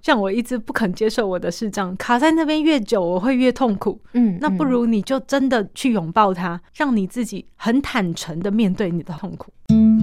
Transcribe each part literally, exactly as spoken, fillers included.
像我一直不肯接受我的视障，卡在那边越久我会越痛苦。嗯，那不如你就真的去拥抱它，让你自己很坦诚的面对你的痛苦。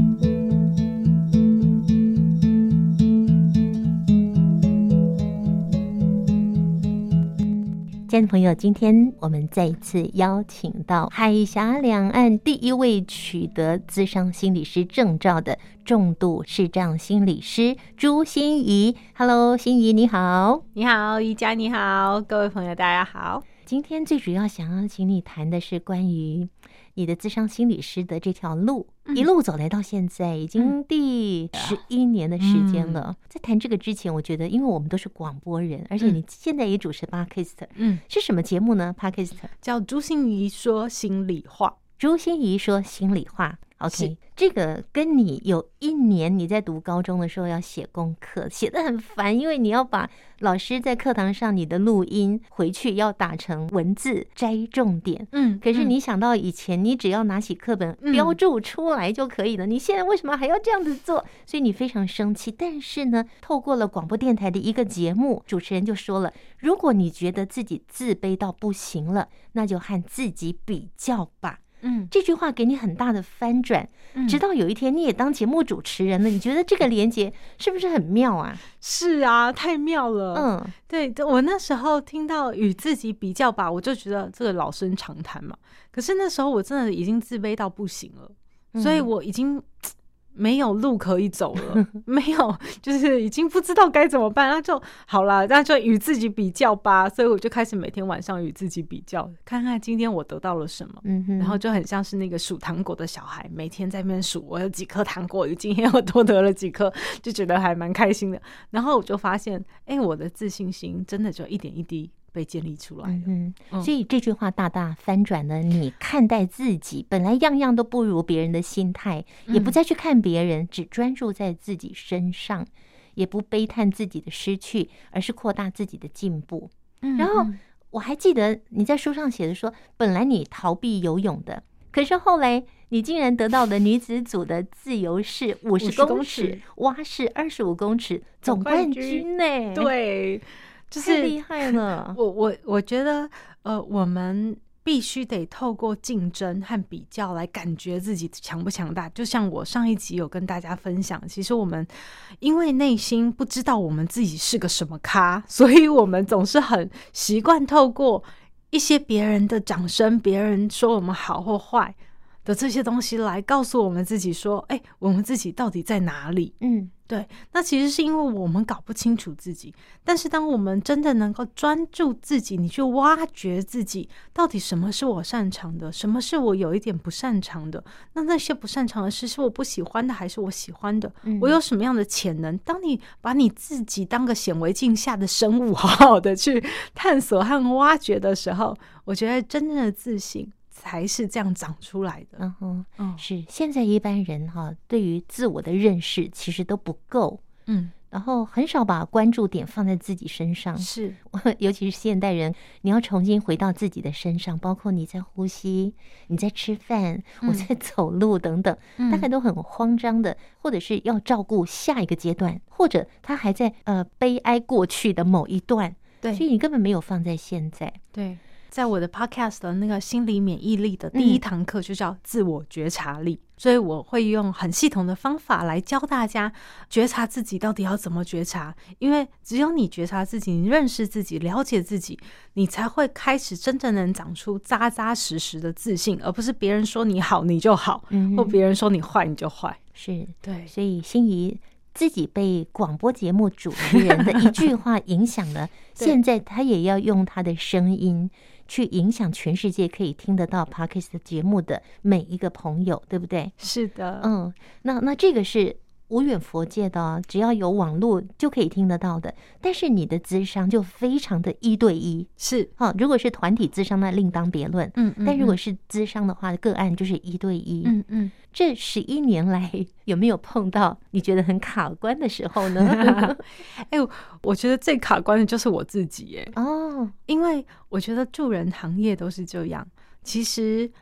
亲爱的朋友，今天我们再一次邀请到海峡两岸第一位取得咨商心理师证照的重度视障心理师朱心怡。 Hello， 心怡你好。 你好，宜家你好，各位朋友大家好。 今天最主要想要请你谈的是关于你的咨商心理师的这条路、嗯、一路走来到现在已经第十一年的时间了、嗯、在谈这个之前，我觉得因为我们都是广播人，而且你现在也主持 Podcast， 嗯，是什么节目呢？ Podcast 叫朱心怡说心里话。 朱心怡说心里话 OK， 这个跟你有一年你在读高中的时候要写功课，写得很烦，因为你要把老师在课堂上你的录音回去要打成文字摘重点。嗯，可是你想到以前你只要拿起课本标注出来就可以了、嗯、你现在为什么还要这样子做？所以你非常生气。但是呢，透过了广播电台的一个节目，主持人就说了，如果你觉得自己自卑到不行了，那就和自己比较吧。嗯，这句话给你很大的翻转、嗯、直到有一天你也当节目主持人了，你觉得这个连结是不是很妙啊？ 是啊，太妙了。嗯，对，我那时候听到与自己比较吧，我就觉得这个老生常谈嘛。可是那时候我真的已经自卑到不行了、嗯、所以我已经没有路可以走了没有，就是已经不知道该怎么办，那就好啦，那就与自己比较吧。所以我就开始每天晚上与自己比较，看看今天我得到了什么、嗯、然后就很像是那个数糖果的小孩，每天在那边数我有几颗糖果，今天我多得了几颗，就觉得还蛮开心的。然后我就发现哎、欸，我的自信心真的就一点一滴被建立出来了。嗯嗯，所以这句话大大翻转了你看待自己本来样样都不如别人的心态、嗯、也不再去看别人，只专注在自己身上，也不悲叹自己的失去，而是扩大自己的进步。嗯，然后我还记得你在书上写的说，本来你逃避游泳的，可是后来你竟然得到了女子组的自由式五十公尺、蛙式二十五公尺总冠军呢、欸。 对，就是太厉害了。 我我我觉得，呃，我们必须得透过竞争和比较来感觉自己强不强大。就像我上一集有跟大家分享，其实我们因为内心不知道我们自己是个什么咖，所以我们总是很习惯透过一些别人的掌声，别人说我们好或坏的这些东西来告诉我们自己说，哎、欸，我们自己到底在哪里？嗯，对。那其实是因为我们搞不清楚自己，但是当我们真的能够专注自己，你去挖掘自己到底什么是我擅长的，什么是我有一点不擅长的，那那些不擅长的事是我不喜欢的还是我喜欢的、嗯、我有什么样的潜能，当你把你自己当个显微镜下的生物好好的去探索和挖掘的时候，我觉得真正的自信才是这样长出来的。 嗯哼，嗯，是现在一般人哈，对于自我的认识其实都不够，嗯，然后很少把关注点放在自己身上。 是， 尤其是现代人，你要重新回到自己的身上，包括你在呼吸、你在吃饭、嗯、我在走路等等、嗯，大概都很慌张的，或者是要照顾下一个阶段，或者他还在呃悲哀过去的某一段，对，所以你根本没有放在现在。 对。在我的 podcast 的那个心理免疫力的第一堂课就叫自我觉察力、嗯、所以我会用很系统的方法来教大家觉察自己到底要怎么觉察，因为只有你觉察自己，你认识自己，了解自己，你才会开始真正能长出扎扎实实的自信，而不是别人说你好你就好、嗯、或别人说你坏你就坏。 是， 对， 所以心怡自己被广播节目主持人的一句话影响了现在他也要用他的声音去影响全世界可以听得到 Podcast 节目的每一个朋友，对不对？ 是的。 嗯，那那这个是无远弗届的、哦、只要有网络就可以听得到的，但是你的咨商就非常的一对一。 是、 哦、如果是团体咨商那另当别论，嗯, 嗯, 嗯但如果是咨商的话，个案就是一对一。嗯嗯，这十一年来有没有碰到你觉得很卡关的时候呢？ 哎、欸，我觉得最卡关的就是我自己耶。哦，因为我觉得助人行业都是这样，其实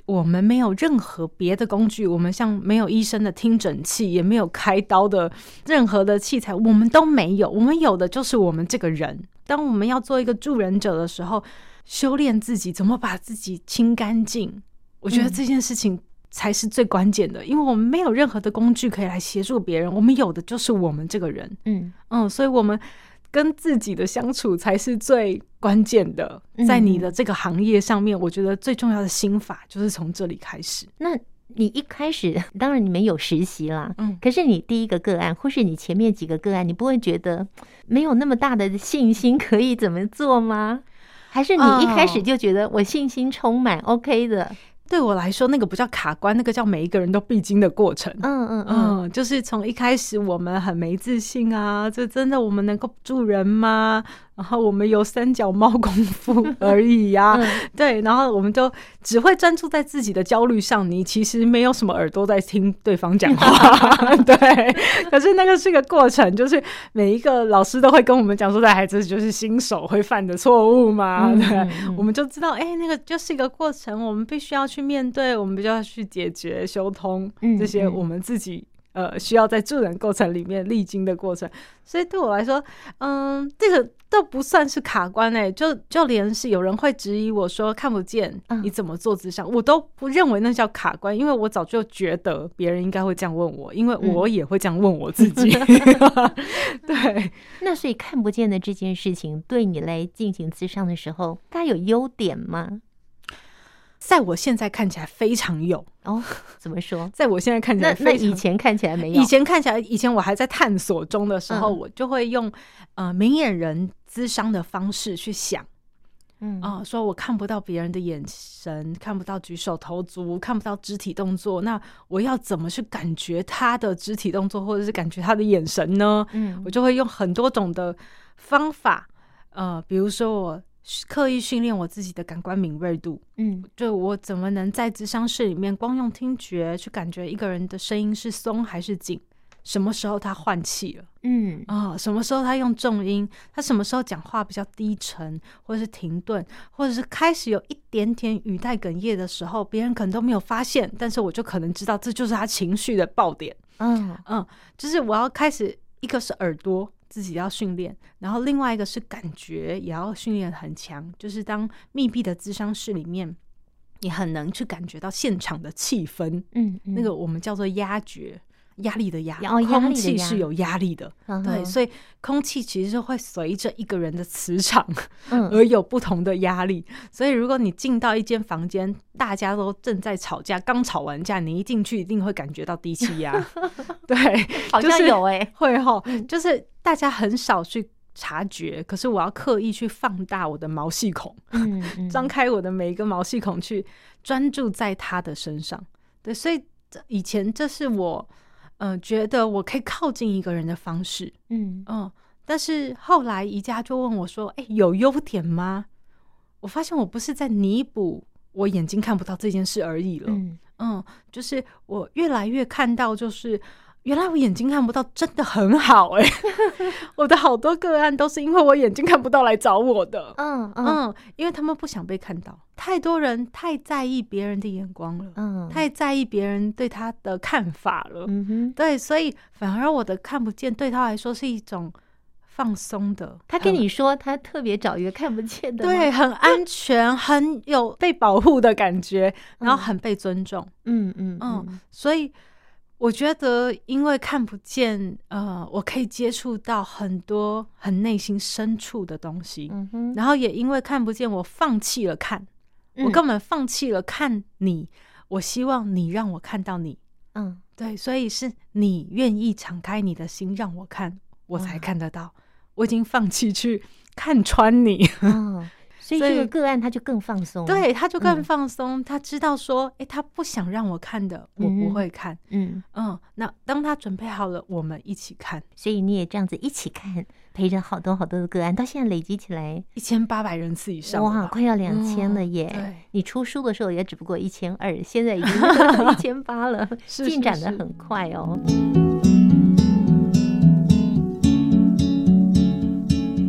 我们没有任何别的工具，我们像没有医生的听诊器，也没有开刀的任何的器材，我们都没有，我们有的就是我们这个人。当我们要做一个助人者的时候，修炼自己，怎么把自己清干净，我觉得这件事情才是最关键的，因为我们没有任何的工具可以来协助别人，我们有的就是我们这个人。嗯嗯，所以我们跟自己的相处才是最关键的。在你的这个行业上面，我觉得最重要的心法就是从这里开始。 那你一开始当然你们有实习啦，嗯，可是你第一个个案或是你前面几个个案，你不会觉得没有那么大的信心可以怎么做吗？还是你一开始就觉得我信心充满 OK 的？ 对我来说，那个不叫卡关，那个叫每一个人都必经的过程。嗯嗯嗯，就是从一开始我们很没自信啊，这真的我们能够助人吗？然后我们有三脚猫功夫而已呀、啊嗯，对，然后我们就只会专注在自己的焦虑上，你其实没有什么耳朵在听对方讲话，对。可是那个是个过程，就是每一个老师都会跟我们讲说，这孩子就是新手会犯的错误嘛，对，嗯嗯嗯，我们就知道，哎、欸，那个就是一个过程，我们必须要去面对，我们必须要去解决、修通这些我们自己。呃，需要在助人过程里面历经的过程，所以对我来说，嗯，这个都不算是卡关欸，就就连是有人会质疑我说看不见你怎么做咨商，嗯，我都不认为那叫卡关，因为我早就觉得别人应该会这样问我，因为我也会这样问我自己。嗯，对， 那所以看不见的这件事情，对你来进行咨商的时候，它有优点吗？ 在我现在看起来非常有哦，怎么说？ 在我现在看起来非常， 那那以前看起来没有。 以前看起来，以前我还在探索中的时候，嗯，我就会用呃明眼人咨商的方式去想，嗯啊，呃，说我看不到别人的眼神，看不到举手投足，看不到肢体动作，那我要怎么去感觉他的肢体动作，或者是感觉他的眼神呢？嗯，我就会用很多种的方法，呃，比如说我。刻意训练我自己的感官敏锐度，嗯，就我怎么能在咨商室里面光用听觉去感觉一个人的声音是松还是紧，什么时候他换气了，嗯啊，呃，什么时候他用重音，他什么时候讲话比较低沉，或者是停顿，或者是开始有一点点语带哽咽的时候，别人可能都没有发现，但是我就可能知道这就是他情绪的爆点，嗯嗯，就是我要开始，一个是耳朵。自己要训练，然后另外一个是感觉也要训练很强，就是当密闭的咨商室里面，你很能去感觉到现场的气氛，嗯，嗯那个我们叫做压觉，压力的压， 哦， 空气是有压力的，嗯，对，所以空气其实是会随着一个人的磁场，嗯，而有不同的压力，所以如果你进到一间房间，大家都正在吵架，刚吵完架，你一进去一定会感觉到低气压，对， 好像有哎，欸， 会齁，嗯，就是大家很少去察觉，可是我要刻意去放大我的毛细孔，嗯嗯，张开我的每一个毛细孔去专注在他的身上，对，所以以前这是我呃觉得我可以靠近一个人的方式，嗯嗯，但是后来宜家就问我说，哎，欸，有优点吗？我发现我不是在弥补我眼睛看不到这件事而已了，嗯嗯，就是我越来越看到就是原来我眼睛看不到真的很好哎，欸，我的好多个案都是因为我眼睛看不到来找我的，嗯 嗯, 嗯，因为他们不想被看到，太多人太在意别人的眼光了，嗯，太在意别人对他的看法了，嗯哼，对，所以反而我的看不见对他来说是一种放松的。 他跟你说他特别找一个看不见的， 对，很安全，很有被保护的感觉，然后很被尊重，嗯嗯 嗯, 嗯，所以。我觉得因为看不见，呃，我可以接触到很多很内心深处的东西，嗯哼，然后也因为看不见，我放弃了看，嗯，我根本放弃了看你，我希望你让我看到你，嗯，对，所以是你愿意敞开你的心让我看，我才看得到，嗯，我已经放弃去看穿你， 嗯，所以这个个案他就更放松， 对，他就更放松，嗯，他知道说，哎，他不想让我看的，我不会看，嗯嗯，那当他准备好了，我们一起看， 所以你也这样子一起看，陪着好多好多的个案，到现在累积起来一千八百人次以上， 哇，快要两千了耶，嗯！对，你出书的时候也只不过一千二，现在已经一千八了，进展得很快哦。咨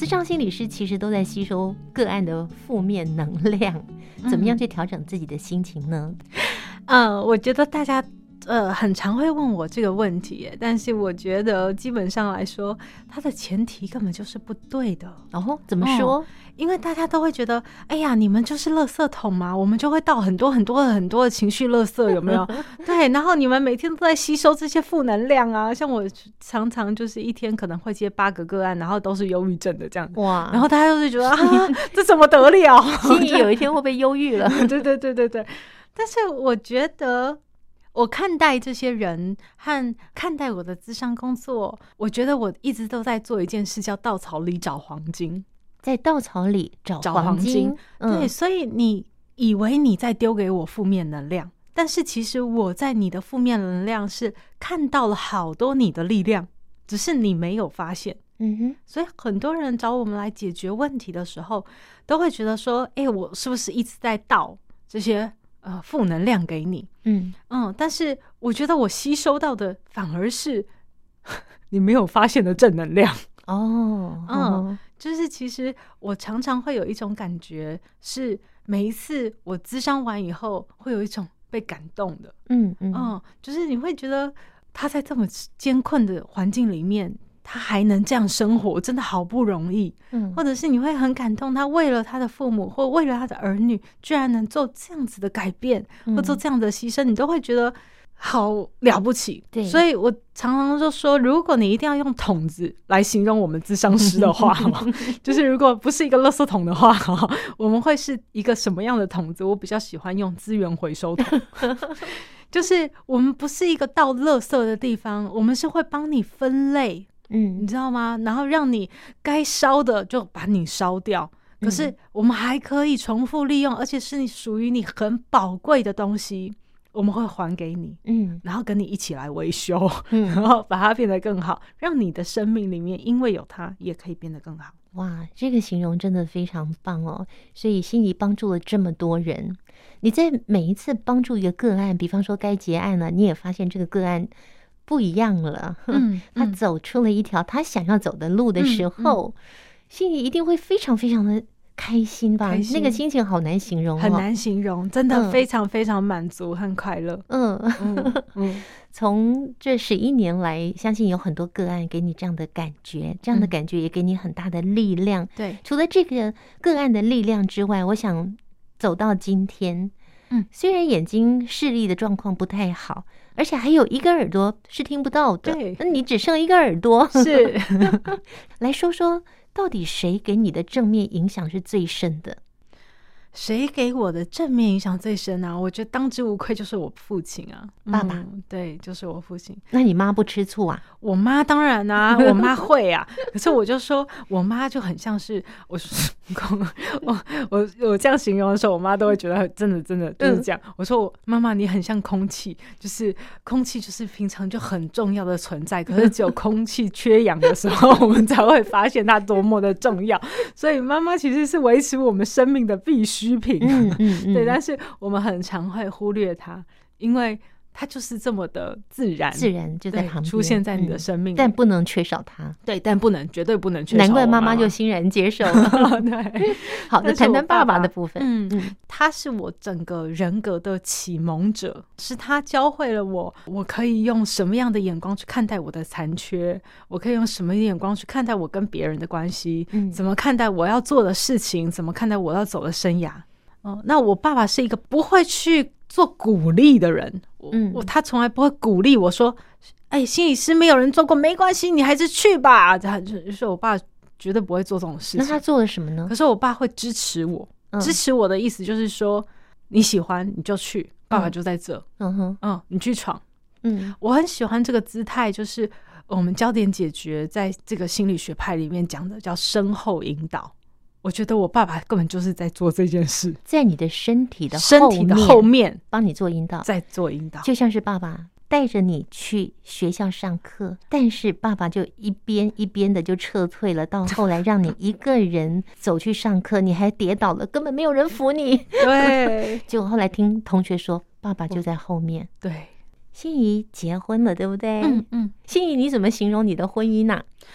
商心理师其实都在吸收个案的负面能量，怎么样去调整自己的心情呢？ 嗯、呃，我觉得大家呃很常会问我这个问题耶，但是我觉得基本上来说，它的前提根本就是不对的。 哦，怎么说？ 哦，因为大家都会觉得，哎呀，你们就是垃圾桶嘛，我们就会倒很多很多很多的情绪垃圾，有没有？对，然后你们每天都在吸收这些负能量啊，像我常常就是一天可能会接八个个案，然后都是忧郁症的这样，哇，然后大家就是觉得啊，这怎么得了？ 心里有一天会被忧郁了。 对对对对对，但是我觉得。我看待这些人和看待我的諮商工作，我觉得我一直都在做一件事，叫稻草里找黄金。 在稻草里找找黄金， 嗯、对，所以你以为你在丢给我负面能量，但是其实我在你的负面能量是看到了好多你的力量，只是你没有发现。 嗯哼， 所以很多人找我们来解决问题的时候，都会觉得说，哎、欸，我是不是一直在倒这些呃负能量给你？嗯嗯，但是我觉得我吸收到的反而是你没有发现的正能量。 哦， 嗯，就是其实我常常会有一种感觉，是每一次我諮商完以后，会有一种被感动的。嗯嗯嗯，就是你会觉得他在这么艰困的环境里面，他还能这样生活，真的好不容易。嗯，或者是你会很感动，他为了他的父母或为了他的儿女，居然能做这样子的改变，或做这样的牺牲，你都会觉得好了不起。对，所以我常常就说，如果你一定要用桶子来形容我们諮商师的话，就是如果不是一个垃圾桶的话，我们会是一个什么样的桶子？我比较喜欢用资源回收桶。就是我们不是一个倒垃圾的地方，我们是会帮你分类。嗯，你知道吗？然后让你该烧的就把你烧掉，可是我们还可以重复利用，而且是你属于你很宝贵的东西，我们会还给你。嗯，然后跟你一起来维修，嗯，然后把它变得更好，让你的生命里面因为有它也可以变得更好。 哇，这个形容真的非常棒哦！所以心怡帮助了这么多人，你在每一次帮助一个个案，比方说该结案了，你也发现这个个案不一样了，嗯，他走出了一条他想要走的路的时候，嗯嗯、心里一定会非常非常的开心吧？心那个心情好难形容、哦， 很难形容，真的非常非常满足和快乐。嗯嗯嗯，从这十一年来，相信有很多个案给你这样的感觉，这样的感觉也给你很大的力量。对、嗯，除了这个个案的力量之外，我想走到今天，嗯，虽然眼睛视力的状况不太好。而且还有一个耳朵是听不到的，对，那你只剩一个耳朵， 是。 来说说，到底谁给你的正面影响是最深的？ 谁给我的正面影响最深啊？我觉得当之无愧就是我父亲啊， 爸爸、 嗯，对，就是我父亲。 那你妈不吃醋啊？ 我妈当然啊，我妈会啊。可是我就说，我妈就很像是我，我我我这样形容的时候，我妈都会觉得真的真的就是这样。嗯、我说我妈妈，你很像空气，就是空气就是平常就很重要的存在，可是只有空气缺氧的时候，我们才会发现它多么的重要。所以妈妈其实是维持我们生命的必须。品嗯嗯嗯对，但是我们很常会忽略它，因为它就是这么的自然， 自然就在旁边出现在你的生命里、 嗯，但不能缺少它。 对，但不能，绝对不能缺少。 难怪妈妈就欣然接受了。对，好的，谈谈爸爸的部分。 嗯嗯，他是我整个人格的启蒙者，是他教会了我，我可以用什么样的眼光去看待我的残缺，我可以用什么眼光去看待我跟别人的关系，嗯，怎么看待我要做的事情，怎么看待我要走的生涯。哦，那我爸爸是一个不会去做鼓励的人，嗯，我他从来不会鼓励我说，哎、欸，心理师没有人做过，没关系，你还是去吧。他就是我爸绝对不会做这种事情。 那他做了什么呢？ 可是我爸会支持我，嗯、支持我的意思就是说，你喜欢你就去，爸爸就在这，嗯哼，嗯，你去闯，嗯，我很喜欢这个姿态，就是我们焦点解决在这个心理学派里面讲的叫身后引导。我觉得我爸爸根本就是在做这件事， 在你的身体的身体的后面帮你做引导， 在做引导， 就像是爸爸带着你去学校上课，但是爸爸就一边一边的就撤退了，到后来让你一个人走去上课，你还跌倒了，根本没有人扶你。 对， 结果后来听同学说，爸爸就在后面。 对， 心怡结婚了，对不对？ 嗯嗯。 心怡，你怎么形容你的婚姻啊？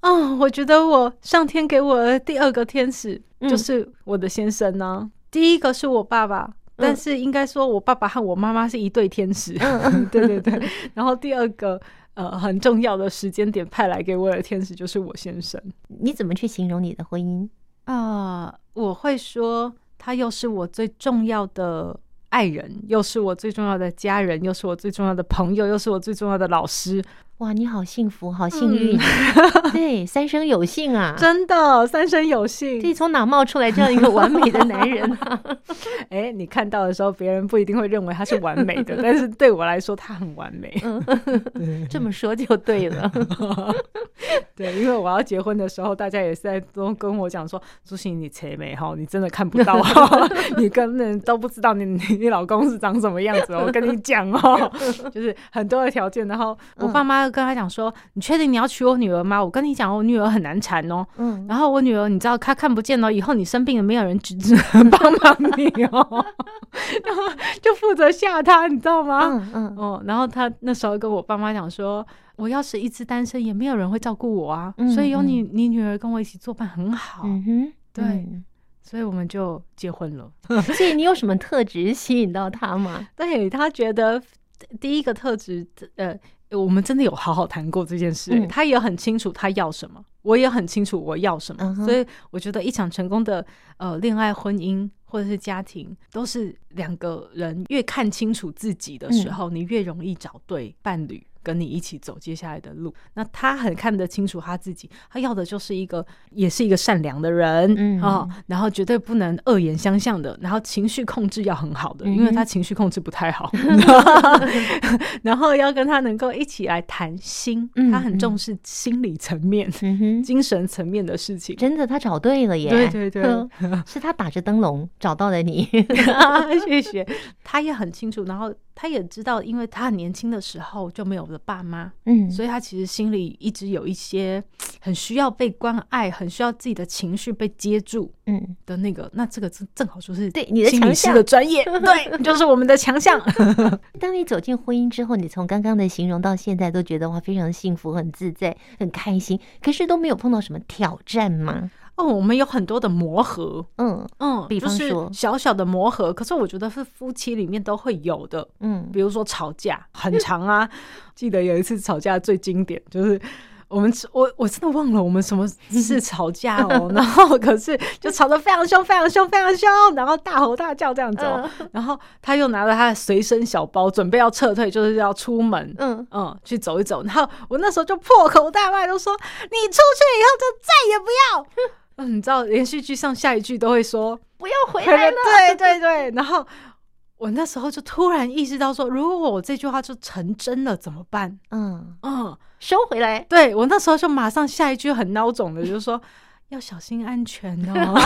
哦，我觉得我上天给我的第二个天使就是我的先生呢、啊嗯。第一个是我爸爸，但是应该说我爸爸和我妈妈是一对天使。嗯、对对对。然后第二个呃很重要的时间点派来给我的天使就是我先生。 你怎么去形容你的婚姻？ 啊、呃，我会说他又是我最重要的爱人，又是我最重要的家人，又是我最重要的朋友，又是我最重要的老师。 哇，你好幸福，好幸运、嗯、对，三生有幸啊， 真的三生有幸。 这从哪冒出来这样一个完美的男人啊？ 哎，你看到的时候别人不一定会认为他是完美的，但是对我来说他很完美、 嗯、这么说就对了。 对，因为我要结婚的时候大家也是在都跟我讲说，朱心你切美哈，你真的看不到你根本都不知道你你老公是长什么样子，我跟你讲哦，就是很多的条件。然后我爸妈跟他讲说、嗯、你确定你要娶我女儿吗？我跟你讲我女儿很难缠哦、嗯、然后我女儿你知道她看不见哦，以后你生病了没有人只帮忙你哦然后就负责吓她你知道吗？嗯嗯哦，然后他那时候跟我爸妈讲说，我要是一直单身也没有人会照顾我啊、嗯、所以有你你女儿跟我一起作伴很好。嗯哼，对、嗯，所以我们就结婚了。 所以你有什么特质吸引到他吗？ 对，他觉得第一个特质呃我们真的有好好谈过这件事、嗯、他也很清楚他要什么，我也很清楚我要什么、嗯、所以我觉得一场成功的呃恋爱婚姻或者是家庭都是两个人越看清楚自己的时候、嗯、你越容易找对伴侣跟你一起走接下来的路。那他很看得清楚他自己，他要的就是一个也是一个善良的人、嗯哦、然后绝对不能恶言相向的，然后情绪控制要很好的、嗯、因为他情绪控制不太好然后要跟他能够一起来谈心、嗯、他很重视心理层面、嗯、精神层面的事情。 真的他找对了耶。 对对对是他打着灯笼找到了你谢谢。他也很清楚，然后他也知道因为他很年轻的时候就没有了爸妈，嗯，所以他其实心里一直有一些很需要被关爱，很需要自己的情绪被接住嗯的那个，那这个正好就是对你的强项，心理师的专业对，就是我们的强项当你走进婚姻之后，你从刚刚的形容到现在都觉得哇非常幸福很自在很开心，可是都没有碰到什么挑战吗？ 哦，我们有很多的磨合，嗯嗯， 比方说、 就是、小小的磨合，可是我觉得是夫妻里面都会有的，嗯，比如说吵架很长啊记得有一次吵架最经典就是我们我我真的忘了我们什么事吵架哦然后可是就吵得非常凶非常凶非常凶，然后大吼大叫这样子、哦嗯、然后他又拿了他的随身小包准备要撤退，就是要出门嗯嗯去走一走，然后我那时候就破口大骂，都说你出去以后就再也不要嗯，你知道连续剧上下一句都会说不要回来了对对对，然后我那时候就突然意识到说，如果我这句话就成真了怎么办？嗯嗯，收回来。 对，我那时候就马上下一句很孬种的就是说要小心安全哦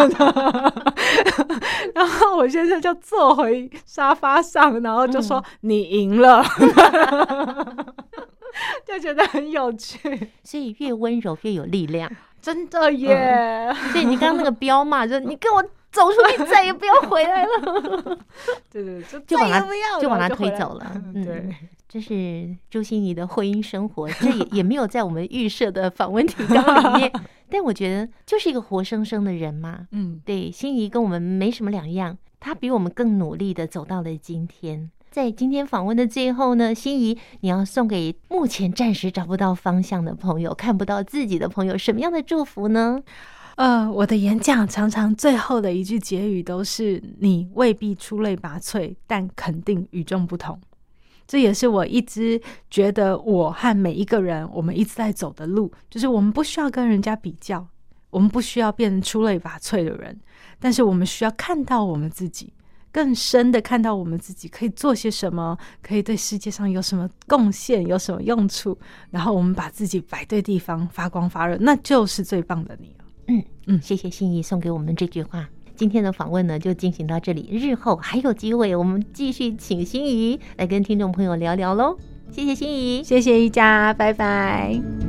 然后我先生就坐回沙发上，然后就说、嗯、你赢了就觉得很有趣。 所以越温柔越有力量， 真的耶、 嗯、所以你刚刚那个彪骂就是你跟我走出去再也不要回来了对对，就就把他就就把他推走了、 嗯、对， 这是朱心怡的婚姻生活，这也也没有在我们预设的访问提纲里面但我觉得就是一个活生生的人嘛，嗯，对，心怡跟我们没什么两样，他比我们更努力的走到了今天。在今天访问的最后呢，心怡你要送给目前暂时找不到方向的朋友，看不到自己的朋友什么样的祝福呢？ 呃，我的演讲常常最后的一句结语都是你未必出类拔萃，但肯定与众不同。这也是我一直觉得我和每一个人我们一直在走的路，就是我们不需要跟人家比较，我们不需要变成出类拔萃的人，但是我们需要看到我们自己，更深的看到我们自己可以做些什么，可以对世界上有什么贡献，有什么用处，然后我们把自己摆对地方，发光发热，那就是最棒的你了。 嗯嗯，谢谢心怡送给我们这句话。今天的访问呢就进行到这里，日后还有机会我们继续请心怡来跟听众朋友聊聊咯。谢谢心怡， 谢谢一家，拜拜。